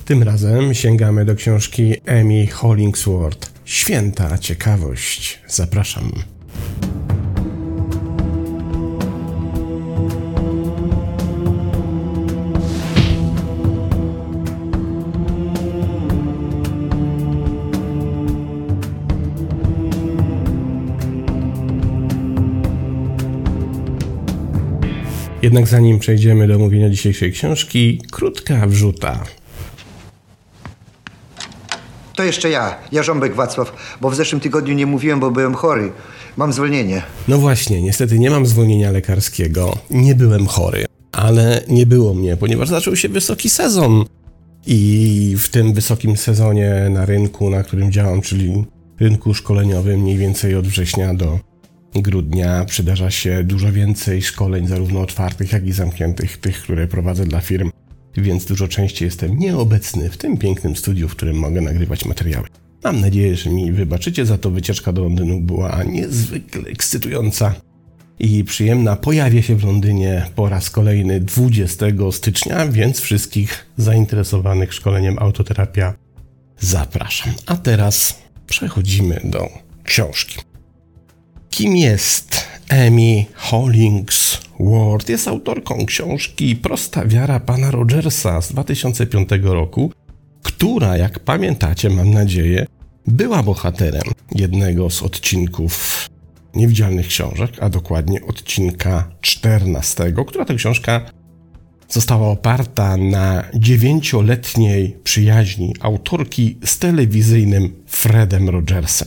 Tym razem sięgamy do książki Amy Hollingsworth. Święta ciekawość. Zapraszam. Jednak zanim przejdziemy do omówienia dzisiejszej książki, krótka wrzuta. To jeszcze ja, Jarząbek Wacław, bo w zeszłym tygodniu nie mówiłem, bo byłem chory. Mam zwolnienie. No właśnie, niestety nie mam zwolnienia lekarskiego. Nie byłem chory, ale nie było mnie, ponieważ zaczął się wysoki sezon. I w tym wysokim sezonie na rynku, na którym działam, czyli rynku szkoleniowym, mniej więcej od września do grudnia przydarza się dużo więcej szkoleń, zarówno otwartych, jak i zamkniętych, tych, które prowadzę dla firm, więc dużo częściej jestem nieobecny w tym pięknym studiu, w którym mogę nagrywać materiały. Mam nadzieję, że mi wybaczycie, za to wycieczka do Londynu była niezwykle ekscytująca i przyjemna. Pojawię się w Londynie po raz kolejny 20 stycznia, więc wszystkich zainteresowanych szkoleniem autoterapia zapraszam. A teraz przechodzimy do książki. Kim jest Amy Hollingsworth? Jest autorką książki Prosta wiara pana Rogersa z 2005 roku, która, jak pamiętacie, mam nadzieję, była bohaterem jednego z odcinków Niewidzialnych Książek, a dokładnie odcinka 14, która to książka została oparta na 9-letniej przyjaźni autorki z telewizyjnym Fredem Rogersem.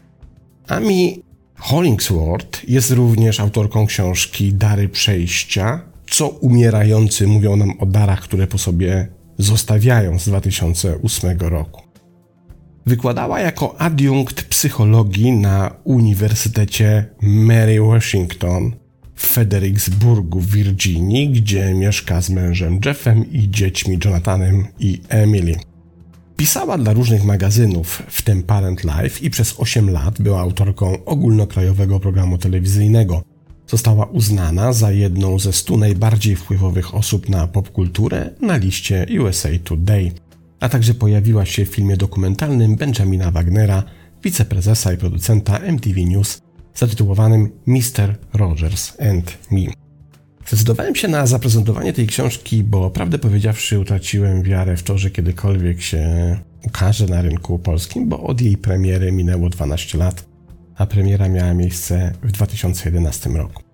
Amy Hollingsworth jest również autorką książki Dary Przejścia, co umierający mówią nam o darach, które po sobie zostawiają z 2008 roku. Wykładała jako adiunkt psychologii na Uniwersytecie Mary Washington w Fredericksburgu w Virginii, gdzie mieszka z mężem Jeffem i dziećmi Jonathanem i Emily. Pisała dla różnych magazynów, w tym Parent Life, i przez 8 lat była autorką ogólnokrajowego programu telewizyjnego. Została uznana za jedną ze 100 najbardziej wpływowych osób na popkulturę na liście USA Today, a także pojawiła się w filmie dokumentalnym Benjamina Wagnera, wiceprezesa i producenta MTV News, zatytułowanym Mr. Rogers and Me. Zdecydowałem się na zaprezentowanie tej książki, bo prawdę powiedziawszy utraciłem wiarę w to, że kiedykolwiek się ukaże na rynku polskim, bo od jej premiery minęło 12 lat, a premiera miała miejsce w 2011 roku.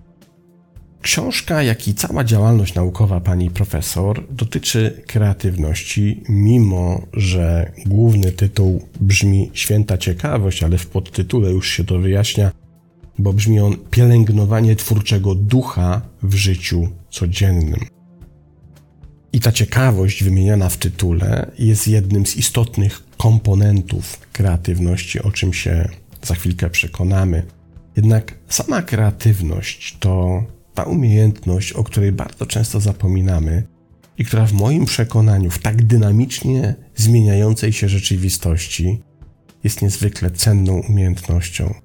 Książka, jak i cała działalność naukowa pani profesor dotyczy kreatywności, mimo że główny tytuł brzmi Święta ciekawość, ale w podtytule już się to wyjaśnia, bo brzmi on Pielęgnowanie twórczego ducha w życiu codziennym. I ta ciekawość wymieniona w tytule jest jednym z istotnych komponentów kreatywności, o czym się za chwilkę przekonamy. Jednak sama kreatywność to ta umiejętność, o której bardzo często zapominamy i która w moim przekonaniu w tak dynamicznie zmieniającej się rzeczywistości jest niezwykle cenną umiejętnością.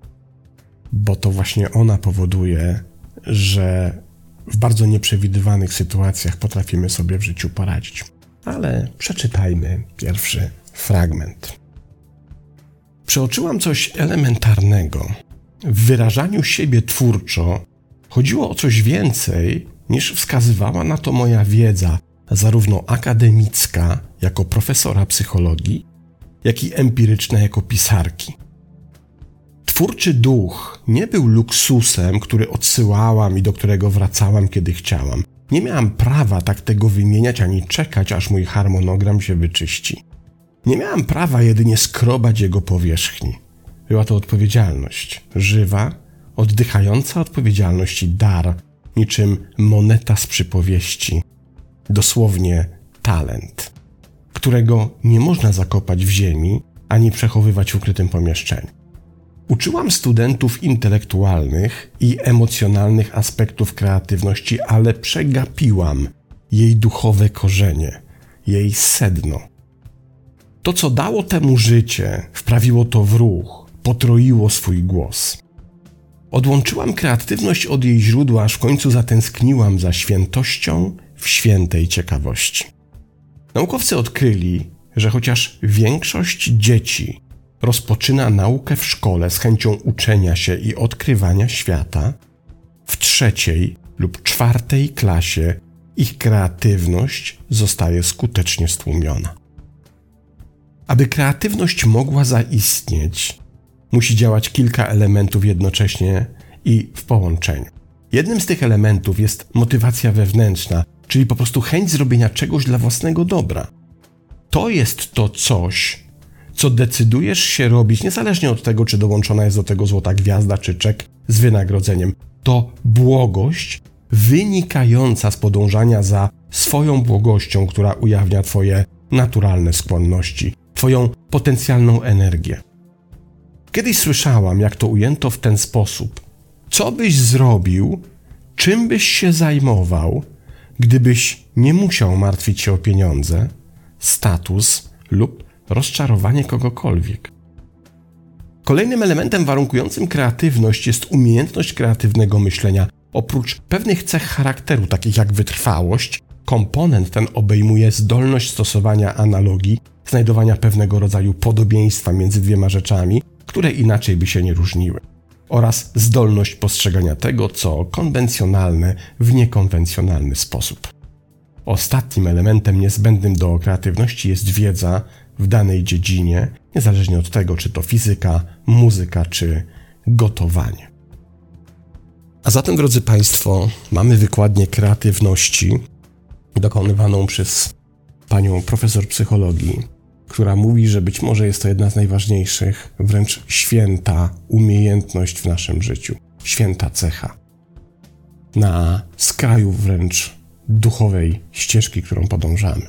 Bo to właśnie ona powoduje, że w bardzo nieprzewidywanych sytuacjach potrafimy sobie w życiu poradzić. Ale przeczytajmy pierwszy fragment. Przeoczyłam coś elementarnego. W wyrażaniu siebie twórczo chodziło o coś więcej, niż wskazywała na to moja wiedza, zarówno akademicka, jako profesora psychologii, jak i empiryczna, jako pisarki. Twórczy duch nie był luksusem, który odsyłałam i do którego wracałam, kiedy chciałam. Nie miałam prawa tak tego wymieniać, ani czekać, aż mój harmonogram się wyczyści. Nie miałam prawa jedynie skrobać jego powierzchni. Była to odpowiedzialność, żywa, oddychająca odpowiedzialność i dar, niczym moneta z przypowieści. Dosłownie talent, którego nie można zakopać w ziemi, ani przechowywać w ukrytym pomieszczeniu. Uczyłam studentów intelektualnych i emocjonalnych aspektów kreatywności, ale przegapiłam jej duchowe korzenie, jej sedno. To, co dało temu życie, wprawiło to w ruch, potroiło swój głos. Odłączyłam kreatywność od jej źródła, aż w końcu zatęskniłam za świętością w świętej ciekawości. Naukowcy odkryli, że chociaż większość dzieci rozpoczyna naukę w szkole z chęcią uczenia się i odkrywania świata, w 3. lub 4. klasie ich kreatywność zostaje skutecznie stłumiona. Aby kreatywność mogła zaistnieć, musi działać kilka elementów jednocześnie i w połączeniu. Jednym z tych elementów jest motywacja wewnętrzna, czyli po prostu chęć zrobienia czegoś dla własnego dobra. To jest to coś, co decydujesz się robić niezależnie od tego, czy dołączona jest do tego złota gwiazda, czy czek z wynagrodzeniem. To błogość wynikająca z podążania za swoją błogością, która ujawnia twoje naturalne skłonności, twoją potencjalną energię. Kiedyś słyszałam, jak to ujęto w ten sposób. Co byś zrobił, czym byś się zajmował, gdybyś nie musiał martwić się o pieniądze, status lub rozczarowanie kogokolwiek? Kolejnym elementem warunkującym kreatywność jest umiejętność kreatywnego myślenia. Oprócz pewnych cech charakteru, takich jak wytrwałość, komponent ten obejmuje zdolność stosowania analogii, znajdowania pewnego rodzaju podobieństwa między dwiema rzeczami, które inaczej by się nie różniły, oraz zdolność postrzegania tego, co konwencjonalne w niekonwencjonalny sposób. Ostatnim elementem niezbędnym do kreatywności jest wiedza w danej dziedzinie, niezależnie od tego, czy to fizyka, muzyka, czy gotowanie. A zatem, drodzy Państwo, mamy wykładnię kreatywności dokonywaną przez panią profesor psychologii, która mówi, że być może jest to jedna z najważniejszych, wręcz święta umiejętność w naszym życiu, święta cecha. Na skraju wręcz duchowej ścieżki, którą podążamy.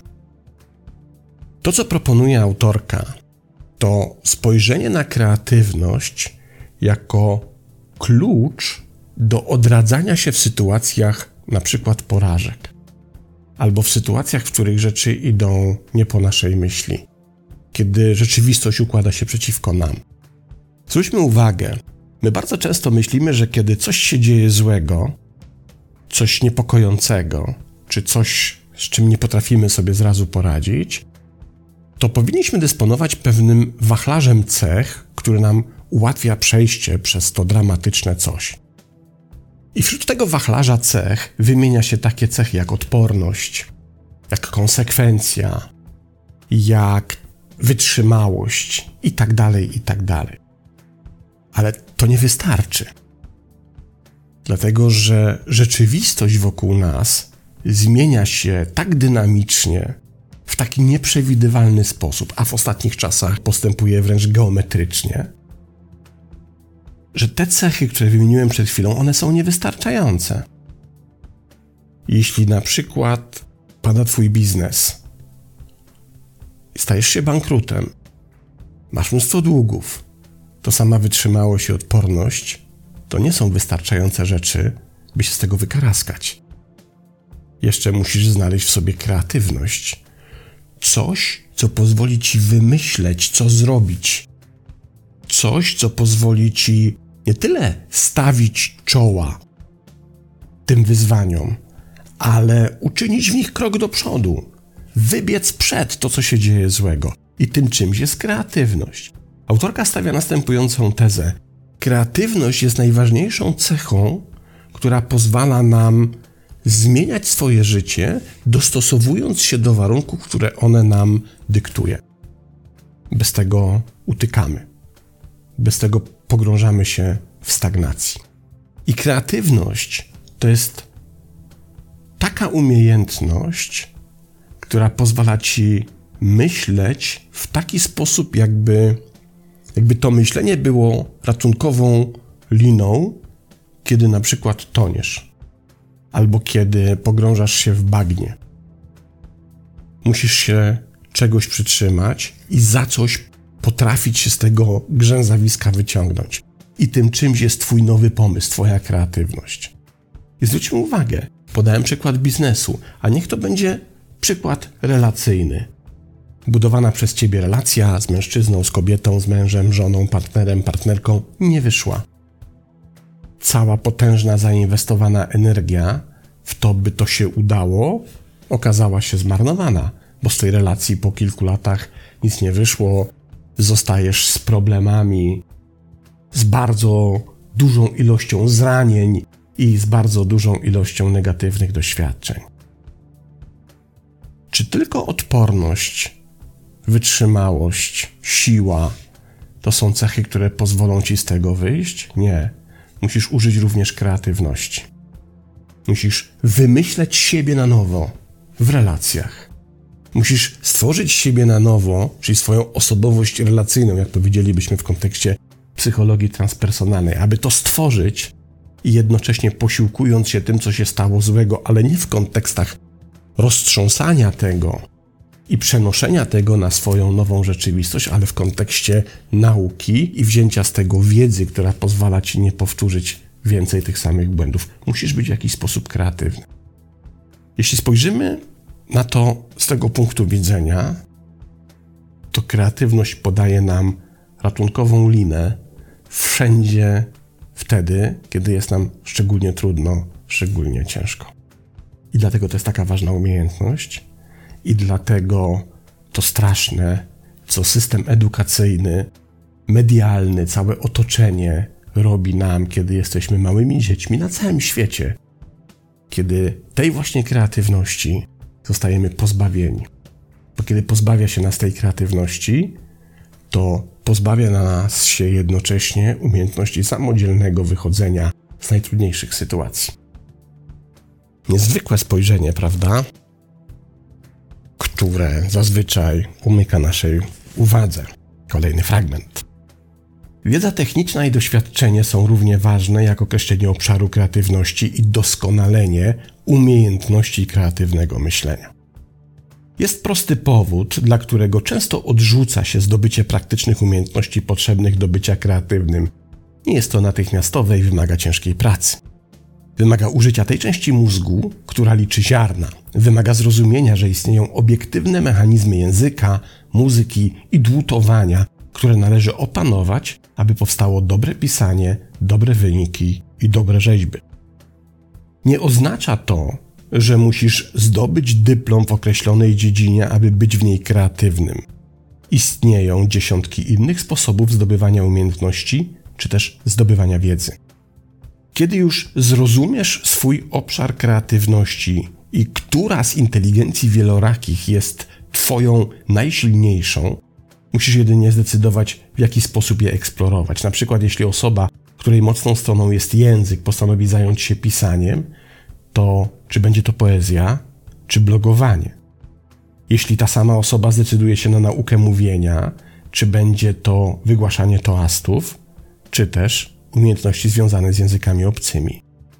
To, co proponuje autorka, to spojrzenie na kreatywność jako klucz do odradzania się w sytuacjach na przykład porażek, albo w sytuacjach, w których rzeczy idą nie po naszej myśli, kiedy rzeczywistość układa się przeciwko nam. Zwróćmy uwagę, my bardzo często myślimy, że kiedy coś się dzieje złego, coś niepokojącego, czy coś, z czym nie potrafimy sobie zrazu poradzić, to powinniśmy dysponować pewnym wachlarzem cech, który nam ułatwia przejście przez to dramatyczne coś. I wśród tego wachlarza cech wymienia się takie cechy jak odporność, jak konsekwencja, jak wytrzymałość itd., itd. Ale to nie wystarczy. Dlatego, że rzeczywistość wokół nas zmienia się tak dynamicznie, w taki nieprzewidywalny sposób, a w ostatnich czasach postępuje wręcz geometrycznie, że te cechy, które wymieniłem przed chwilą, one są niewystarczające. Jeśli na przykład pada twój biznes, stajesz się bankrutem, masz mnóstwo długów, to sama wytrzymałość i odporność to nie są wystarczające rzeczy, by się z tego wykaraskać. Jeszcze musisz znaleźć w sobie kreatywność. Coś, co pozwoli ci wymyśleć, co zrobić. Coś, co pozwoli ci nie tyle stawić czoła tym wyzwaniom, ale uczynić w nich krok do przodu. Wybiec przed to, co się dzieje złego. I tym czymś jest kreatywność. Autorka stawia następującą tezę. Kreatywność jest najważniejszą cechą, która pozwala nam zmieniać swoje życie, dostosowując się do warunków, które one nam dyktuje. Bez tego utykamy. Bez tego pogrążamy się w stagnacji. I kreatywność to jest taka umiejętność, która pozwala ci myśleć w taki sposób, jakby to myślenie było ratunkową liną, kiedy na przykład toniesz, albo kiedy pogrążasz się w bagnie. Musisz się czegoś przytrzymać i za coś potrafić się z tego grzęzawiska wyciągnąć. I tym czymś jest twój nowy pomysł, twoja kreatywność. I zwróćmy uwagę, podałem przykład biznesu, a niech to będzie przykład relacyjny. Budowana przez ciebie relacja z mężczyzną, z kobietą, z mężem, żoną, partnerem, partnerką nie wyszła. Cała potężna zainwestowana energia w to, by to się udało, okazała się zmarnowana, bo z tej relacji po kilku latach nic nie wyszło, zostajesz z problemami, z bardzo dużą ilością zranień i z bardzo dużą ilością negatywnych doświadczeń. Czy tylko odporność, wytrzymałość, siła to są cechy, które pozwolą ci z tego wyjść? Nie. Musisz użyć również kreatywności. Musisz wymyśleć siebie na nowo w relacjach. Musisz stworzyć siebie na nowo, czyli swoją osobowość relacyjną, jak powiedzielibyśmy w kontekście psychologii transpersonalnej. Aby to stworzyć i jednocześnie posiłkując się tym, co się stało złego, ale nie w kontekstach roztrząsania tego i przenoszenia tego na swoją nową rzeczywistość, ale w kontekście nauki i wzięcia z tego wiedzy, która pozwala ci nie powtórzyć więcej tych samych błędów. Musisz być w jakiś sposób kreatywny. Jeśli spojrzymy na to z tego punktu widzenia, to kreatywność podaje nam ratunkową linę wszędzie wtedy, kiedy jest nam szczególnie trudno, szczególnie ciężko. I dlatego to jest taka ważna umiejętność i dlatego to straszne, co system edukacyjny, medialny, całe otoczenie robi nam, kiedy jesteśmy małymi dziećmi na całym świecie. Kiedy tej właśnie kreatywności zostajemy pozbawieni. Bo kiedy pozbawia się nas tej kreatywności, to pozbawia nas się jednocześnie umiejętności samodzielnego wychodzenia z najtrudniejszych sytuacji. Niezwykłe spojrzenie, prawda? Które zazwyczaj umyka naszej uwadze. Kolejny fragment. Wiedza techniczna i doświadczenie są równie ważne jak określenie obszaru kreatywności i doskonalenie umiejętności kreatywnego myślenia. Jest prosty powód, dla którego często odrzuca się zdobycie praktycznych umiejętności potrzebnych do bycia kreatywnym. Nie jest to natychmiastowe i wymaga ciężkiej pracy. Wymaga użycia tej części mózgu, która liczy ziarna. Wymaga zrozumienia, że istnieją obiektywne mechanizmy języka, muzyki i dłutowania, które należy opanować, aby powstało dobre pisanie, dobre wyniki i dobre rzeźby. Nie oznacza to, że musisz zdobyć dyplom w określonej dziedzinie, aby być w niej kreatywnym. Istnieją dziesiątki innych sposobów zdobywania umiejętności, czy też zdobywania wiedzy. Kiedy już zrozumiesz swój obszar kreatywności i która z inteligencji wielorakich jest twoją najsilniejszą, musisz jedynie zdecydować, w jaki sposób je eksplorować. Na przykład, jeśli osoba, której mocną stroną jest język, postanowi zająć się pisaniem, to czy będzie to poezja, czy blogowanie? Jeśli ta sama osoba zdecyduje się na naukę mówienia, czy będzie to wygłaszanie toastów, czy też umiejętności związane z językami obcymi.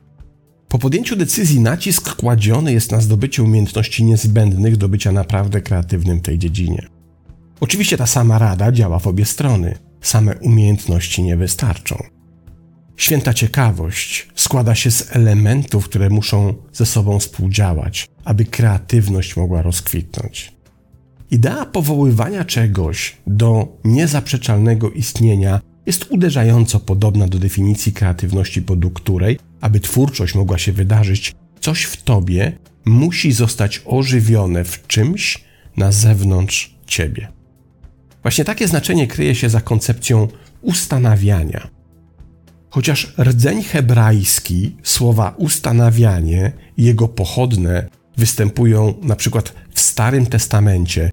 Po podjęciu decyzji nacisk kładziony jest na zdobycie umiejętności niezbędnych do bycia naprawdę kreatywnym w tej dziedzinie. Oczywiście ta sama rada działa w obie strony. Same umiejętności nie wystarczą. Święta ciekawość składa się z elementów, które muszą ze sobą współdziałać, aby kreatywność mogła rozkwitnąć. Idea powoływania czegoś do niezaprzeczalnego istnienia jest uderzająco podobna do definicji kreatywności, według której, aby twórczość mogła się wydarzyć, coś w tobie musi zostać ożywione w czymś na zewnątrz ciebie. Właśnie takie znaczenie kryje się za koncepcją ustanawiania. Chociaż rdzeń hebrajski słowa ustanawianie i jego pochodne występują na przykład w Starym Testamencie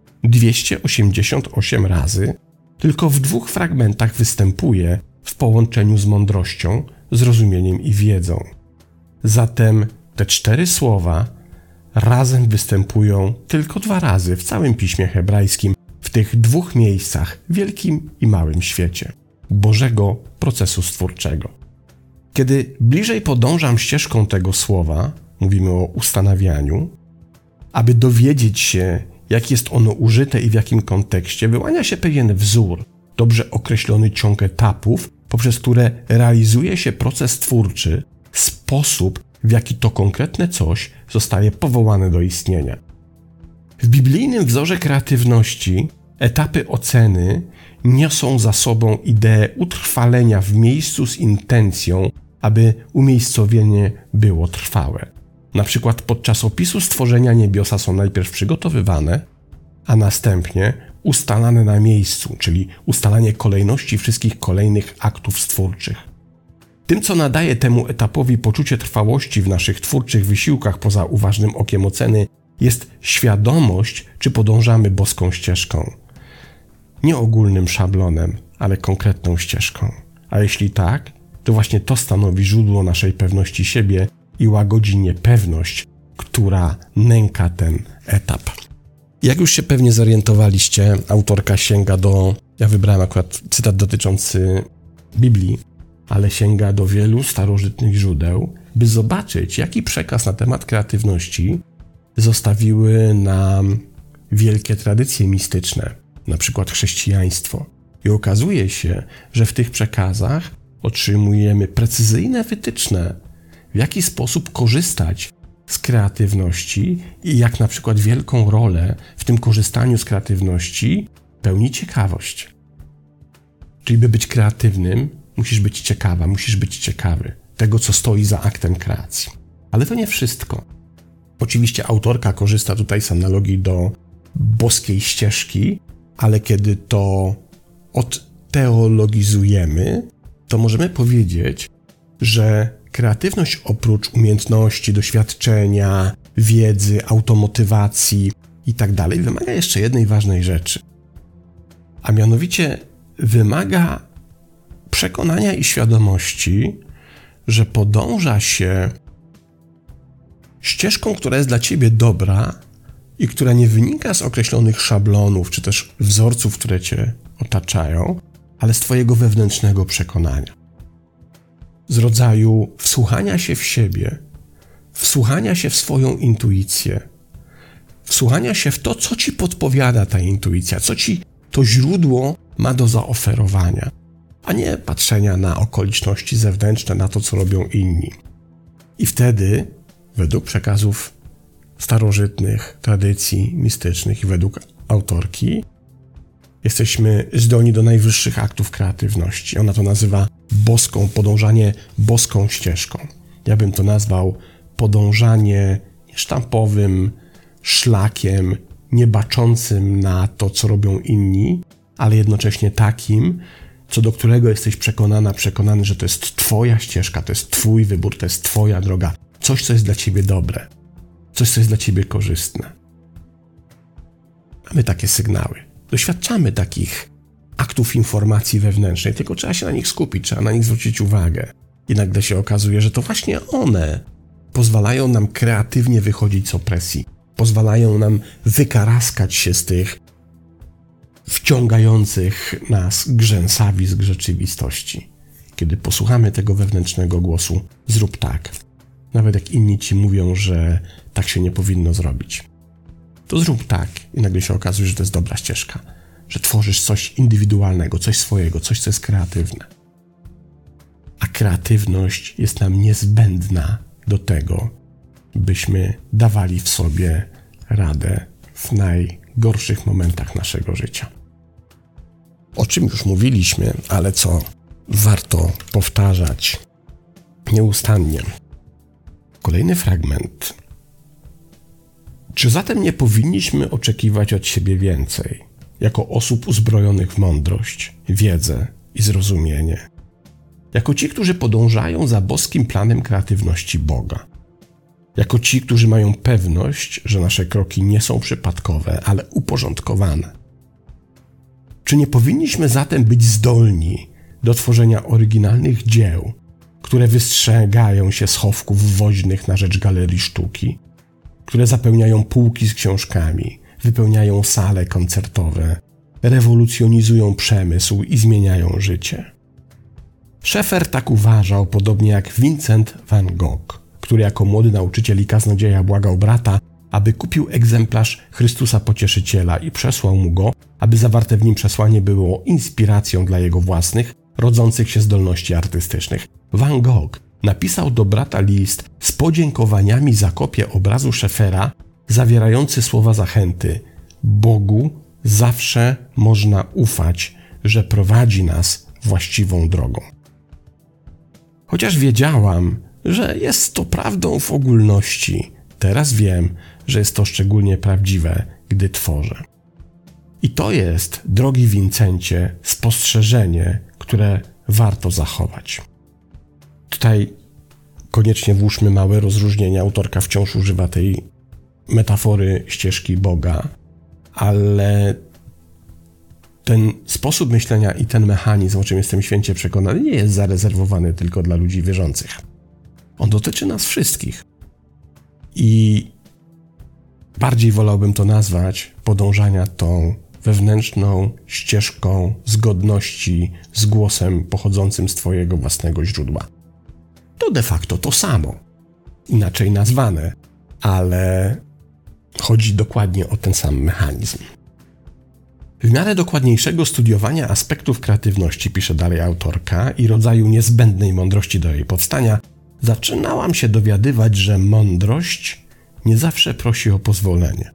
288 razy, tylko w 2 fragmentach występuje w połączeniu z mądrością, zrozumieniem i wiedzą. Zatem te 4 słowa razem występują tylko 2 razy w całym Piśmie Hebrajskim, w tych 2 miejscach, wielkim i małym świecie Bożego procesu stwórczego. Kiedy bliżej podążam ścieżką tego słowa, mówimy o ustanawianiu, aby dowiedzieć się, jak jest ono użyte i w jakim kontekście, wyłania się pewien wzór, dobrze określony ciąg etapów, poprzez które realizuje się proces twórczy, sposób, w jaki to konkretne coś zostaje powołane do istnienia. W biblijnym wzorze kreatywności etapy oceny niosą za sobą ideę utrwalenia w miejscu z intencją, aby umiejscowienie było trwałe. Na przykład podczas opisu stworzenia niebiosa są najpierw przygotowywane, a następnie ustalane na miejscu, czyli ustalanie kolejności wszystkich kolejnych aktów stwórczych. Tym, co nadaje temu etapowi poczucie trwałości w naszych twórczych wysiłkach poza uważnym okiem oceny, jest świadomość, czy podążamy boską ścieżką. Nie ogólnym szablonem, ale konkretną ścieżką. A jeśli tak, to właśnie to stanowi źródło naszej pewności siebie i łagodzi niepewność, która nęka ten etap. Jak już się pewnie zorientowaliście, autorka sięga ja wybrałem akurat cytat dotyczący Biblii, ale sięga do wielu starożytnych źródeł, by zobaczyć, jaki przekaz na temat kreatywności zostawiły nam wielkie tradycje mistyczne, na przykład chrześcijaństwo. I okazuje się, że w tych przekazach otrzymujemy precyzyjne wytyczne, w jaki sposób korzystać z kreatywności i jak na przykład wielką rolę w tym korzystaniu z kreatywności pełni ciekawość. Czyli by być kreatywnym, musisz być ciekawa, musisz być ciekawy tego, co stoi za aktem kreacji. Ale to nie wszystko. Oczywiście autorka korzysta tutaj z analogii do boskiej ścieżki, ale kiedy to odteologizujemy, to możemy powiedzieć, że kreatywność oprócz umiejętności, doświadczenia, wiedzy, automotywacji itd. wymaga jeszcze jednej ważnej rzeczy. A mianowicie wymaga przekonania i świadomości, że podąża się ścieżką, która jest dla ciebie dobra i która nie wynika z określonych szablonów czy też wzorców, które cię otaczają, ale z twojego wewnętrznego przekonania. Z rodzaju wsłuchania się w siebie, wsłuchania się w swoją intuicję, wsłuchania się w to, co ci podpowiada ta intuicja, co ci to źródło ma do zaoferowania, a nie patrzenia na okoliczności zewnętrzne, na to, co robią inni. I wtedy, według przekazów starożytnych, tradycji mistycznych i według autorki, jesteśmy zdolni do najwyższych aktów kreatywności. Ona to nazywa podążanie boską ścieżką. Ja bym to nazwał podążanie niesztampowym szlakiem, nie baczącym na to, co robią inni, ale jednocześnie takim, co do którego jesteś przekonany, że to jest twoja ścieżka, to jest twój wybór, to jest twoja droga. Coś, co jest dla ciebie dobre. Coś, co jest dla ciebie korzystne. Mamy takie sygnały. Doświadczamy takich aktów informacji wewnętrznej, tylko trzeba się na nich skupić, trzeba na nich zwrócić uwagę. I nagle się okazuje, że to właśnie one pozwalają nam kreatywnie wychodzić z opresji. Pozwalają nam wykaraskać się z tych wciągających nas grzęsawisk rzeczywistości. Kiedy posłuchamy tego wewnętrznego głosu, zrób tak. Nawet jak inni ci mówią, że tak się nie powinno zrobić. To zrób tak i nagle się okazuje, że to jest dobra ścieżka. Że tworzysz coś indywidualnego, coś swojego, coś, co jest kreatywne. A kreatywność jest nam niezbędna do tego, byśmy dawali w sobie radę w najgorszych momentach naszego życia. O czym już mówiliśmy, ale co warto powtarzać nieustannie. Kolejny fragment. Czy zatem nie powinniśmy oczekiwać od siebie więcej, jako osób uzbrojonych w mądrość, wiedzę i zrozumienie? Jako ci, którzy podążają za boskim planem kreatywności Boga. Jako ci, którzy mają pewność, że nasze kroki nie są przypadkowe, ale uporządkowane. Czy nie powinniśmy zatem być zdolni do tworzenia oryginalnych dzieł, które wystrzegają się schowków woźnych na rzecz galerii sztuki, które zapełniają półki z książkami, wypełniają sale koncertowe, rewolucjonizują przemysł i zmieniają życie? Schaeffer tak uważał, podobnie jak Vincent van Gogh, który jako młody nauczyciel i kaznodzieja błagał brata, aby kupił egzemplarz Chrystusa Pocieszyciela i przesłał mu go, aby zawarte w nim przesłanie było inspiracją dla jego własnych, rodzących się zdolności artystycznych. Van Gogh napisał do brata list z podziękowaniami za kopię obrazu Schaeffera, zawierający słowa zachęty: Bogu zawsze można ufać, że prowadzi nas właściwą drogą. Chociaż wiedziałam, że jest to prawdą w ogólności, teraz wiem, że jest to szczególnie prawdziwe, gdy tworzę. I to jest, drogi Wincencie, spostrzeżenie, które warto zachować. Tutaj koniecznie włóżmy małe rozróżnienie. Autorka wciąż używa tej metafory ścieżki Boga, ale ten sposób myślenia i ten mechanizm, o czym jestem święcie przekonany, nie jest zarezerwowany tylko dla ludzi wierzących. On dotyczy nas wszystkich. I bardziej wolałbym to nazwać podążania tą wewnętrzną ścieżką zgodności z głosem pochodzącym z twojego własnego źródła. To de facto to samo, inaczej nazwane, ale chodzi dokładnie o ten sam mechanizm. W miarę dokładniejszego studiowania aspektów kreatywności, pisze dalej autorka, i rodzaju niezbędnej mądrości do jej powstania, zaczynałam się dowiadywać, że mądrość nie zawsze prosi o pozwolenie.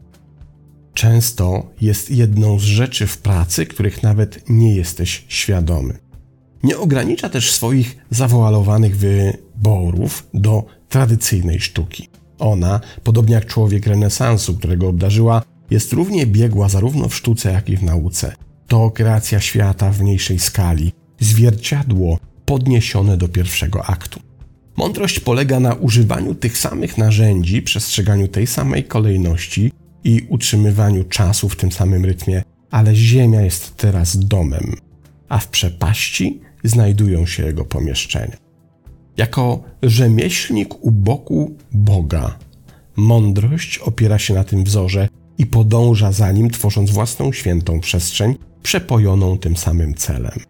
Często jest jedną z rzeczy w pracy, których nawet nie jesteś świadomy. Nie ogranicza też swoich zawoalowanych wyborów do tradycyjnej sztuki. Ona, podobnie jak człowiek renesansu, którego obdarzyła, jest równie biegła zarówno w sztuce, jak i w nauce. To kreacja świata w mniejszej skali, zwierciadło podniesione do pierwszego aktu. Mądrość polega na używaniu tych samych narzędzi, przestrzeganiu tej samej kolejności i utrzymywaniu czasu w tym samym rytmie, ale Ziemia jest teraz domem, a w przepaści znajdują się jego pomieszczenia. Jako rzemieślnik u boku Boga, mądrość opiera się na tym wzorze i podąża za nim, tworząc własną świętą przestrzeń, przepojoną tym samym celem.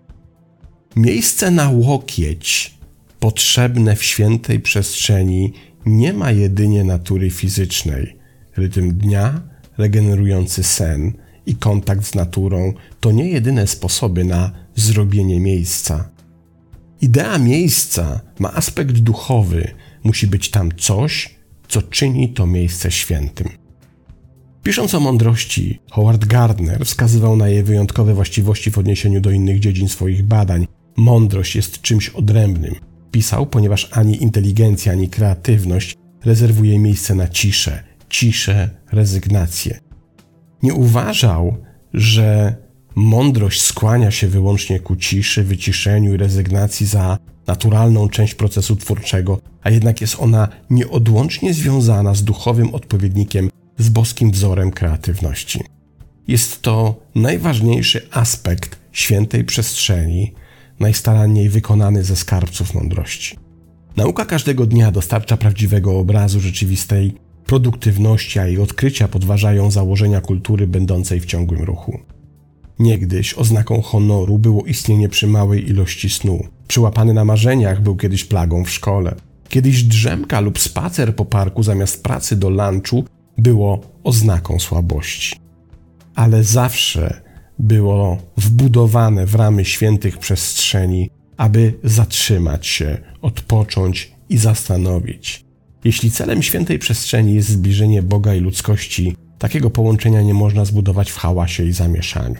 Miejsce na łokieć potrzebne w świętej przestrzeni nie ma jedynie natury fizycznej. Rytm dnia, regenerujący sen i kontakt z naturą to nie jedyne sposoby na zrobienie miejsca. Idea miejsca ma aspekt duchowy, musi być tam coś, co czyni to miejsce świętym. Pisząc o mądrości, Howard Gardner wskazywał na jej wyjątkowe właściwości w odniesieniu do innych dziedzin swoich badań. Mądrość jest czymś odrębnym. Pisał, ponieważ ani inteligencja, ani kreatywność rezerwuje miejsce na ciszę, rezygnację. Nie uważał, że mądrość skłania się wyłącznie ku ciszy, wyciszeniu i rezygnacji za naturalną część procesu twórczego, a jednak jest ona nieodłącznie związana z duchowym odpowiednikiem, z boskim wzorem kreatywności. Jest to najważniejszy aspekt świętej przestrzeni, najstaranniej wykonany ze skarbców mądrości. Nauka każdego dnia dostarcza prawdziwego obrazu rzeczywistej produktywności, a jej odkrycia podważają założenia kultury będącej w ciągłym ruchu. Niegdyś oznaką honoru było istnienie przy małej ilości snu. Przyłapany na marzeniach był kiedyś plagą w szkole. Kiedyś drzemka lub spacer po parku zamiast pracy do lunchu było oznaką słabości. Ale zawsze było wbudowane w ramy świętych przestrzeni, aby zatrzymać się, odpocząć i zastanowić. Jeśli celem świętej przestrzeni jest zbliżenie Boga i ludzkości, takiego połączenia nie można zbudować w hałasie i zamieszaniu.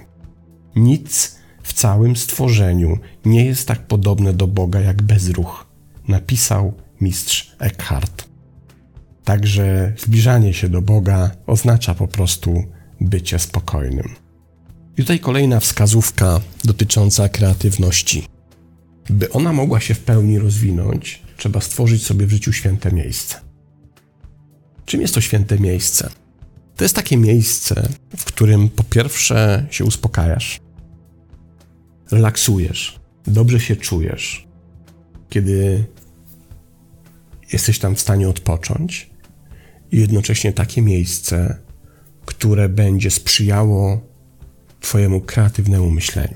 Nic w całym stworzeniu nie jest tak podobne do Boga jak bezruch, napisał mistrz Eckhart. Także zbliżanie się do Boga oznacza po prostu bycie spokojnym. I tutaj kolejna wskazówka dotycząca kreatywności. By ona mogła się w pełni rozwinąć, trzeba stworzyć sobie w życiu święte miejsce. Czym jest to święte miejsce? To jest takie miejsce, w którym po pierwsze się uspokajasz, relaksujesz, dobrze się czujesz, kiedy jesteś tam w stanie odpocząć i jednocześnie takie miejsce, które będzie sprzyjało twojemu kreatywnemu myśleniu.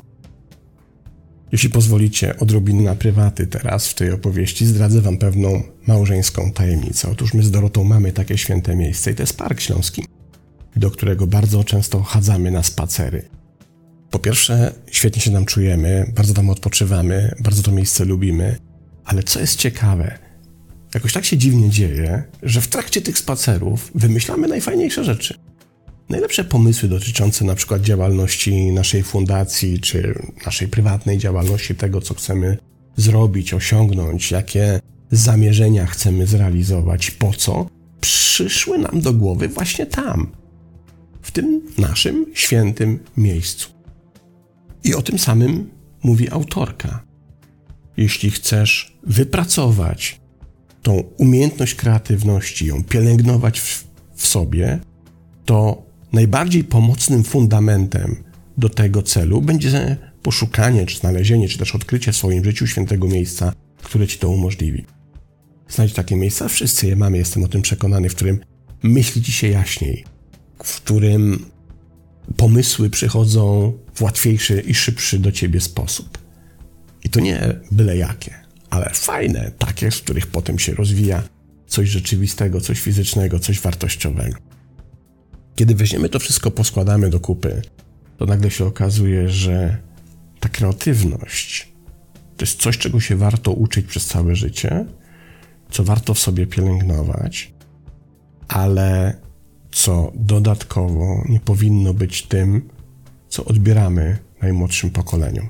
Jeśli pozwolicie, odrobinę na prywaty teraz w tej opowieści zdradzę wam pewną małżeńską tajemnicę. Otóż my z Dorotą mamy takie święte miejsce i to jest Park Śląski, do którego bardzo często chadzamy na spacery. Po pierwsze, świetnie się tam czujemy, bardzo tam odpoczywamy, bardzo to miejsce lubimy, ale co jest ciekawe, jakoś tak się dziwnie dzieje, że w trakcie tych spacerów wymyślamy najfajniejsze rzeczy. Najlepsze pomysły dotyczące na przykład działalności naszej fundacji, czy naszej prywatnej działalności, tego co chcemy zrobić, osiągnąć, jakie zamierzenia chcemy zrealizować, po co, przyszły nam do głowy właśnie tam. w tym naszym świętym miejscu. I o tym samym mówi autorka. Jeśli chcesz wypracować tą umiejętność kreatywności, ją pielęgnować w sobie, to najbardziej pomocnym fundamentem do tego celu będzie poszukanie, czy znalezienie, czy też odkrycie w swoim życiu świętego miejsca, które ci to umożliwi. Znajdź takie miejsca, wszyscy je mamy, jestem o tym przekonany, w którym myśli ci się jaśniej, w którym pomysły przychodzą w łatwiejszy i szybszy do ciebie sposób. I to nie byle jakie, ale fajne, takie, z których potem się rozwija coś rzeczywistego, coś fizycznego, coś wartościowego. Kiedy weźmiemy to wszystko, poskładamy do kupy, to nagle się okazuje, że ta kreatywność to jest coś, czego się warto uczyć przez całe życie, co warto w sobie pielęgnować, ale co dodatkowo nie powinno być tym, co odbieramy najmłodszym pokoleniom.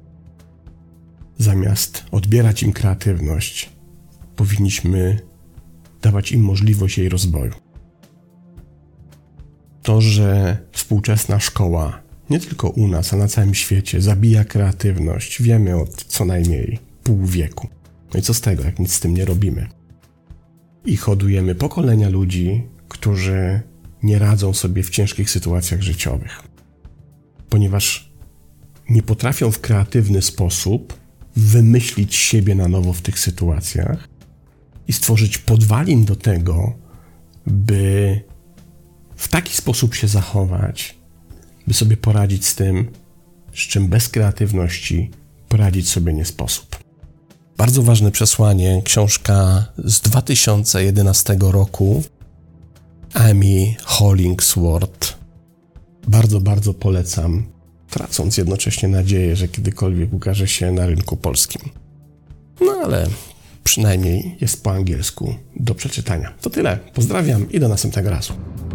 Zamiast odbierać im kreatywność, powinniśmy dawać im możliwość jej rozwoju. To, że współczesna szkoła, nie tylko u nas, a na całym świecie, zabija kreatywność, wiemy od co najmniej pół wieku. No i co z tego, jak nic z tym nie robimy? I hodujemy pokolenia ludzi, którzy nie radzą sobie w ciężkich sytuacjach życiowych. Ponieważ nie potrafią w kreatywny sposób wymyślić siebie na nowo w tych sytuacjach i stworzyć podwalin do tego, by w taki sposób się zachować, by sobie poradzić z tym, z czym bez kreatywności poradzić sobie nie sposób. Bardzo ważne przesłanie, książka z 2011 roku Amy Hollingsworth. Bardzo, bardzo polecam, tracąc jednocześnie nadzieję, że kiedykolwiek ukaże się na rynku polskim. No ale przynajmniej jest po angielsku do przeczytania. To tyle. Pozdrawiam i do następnego razu.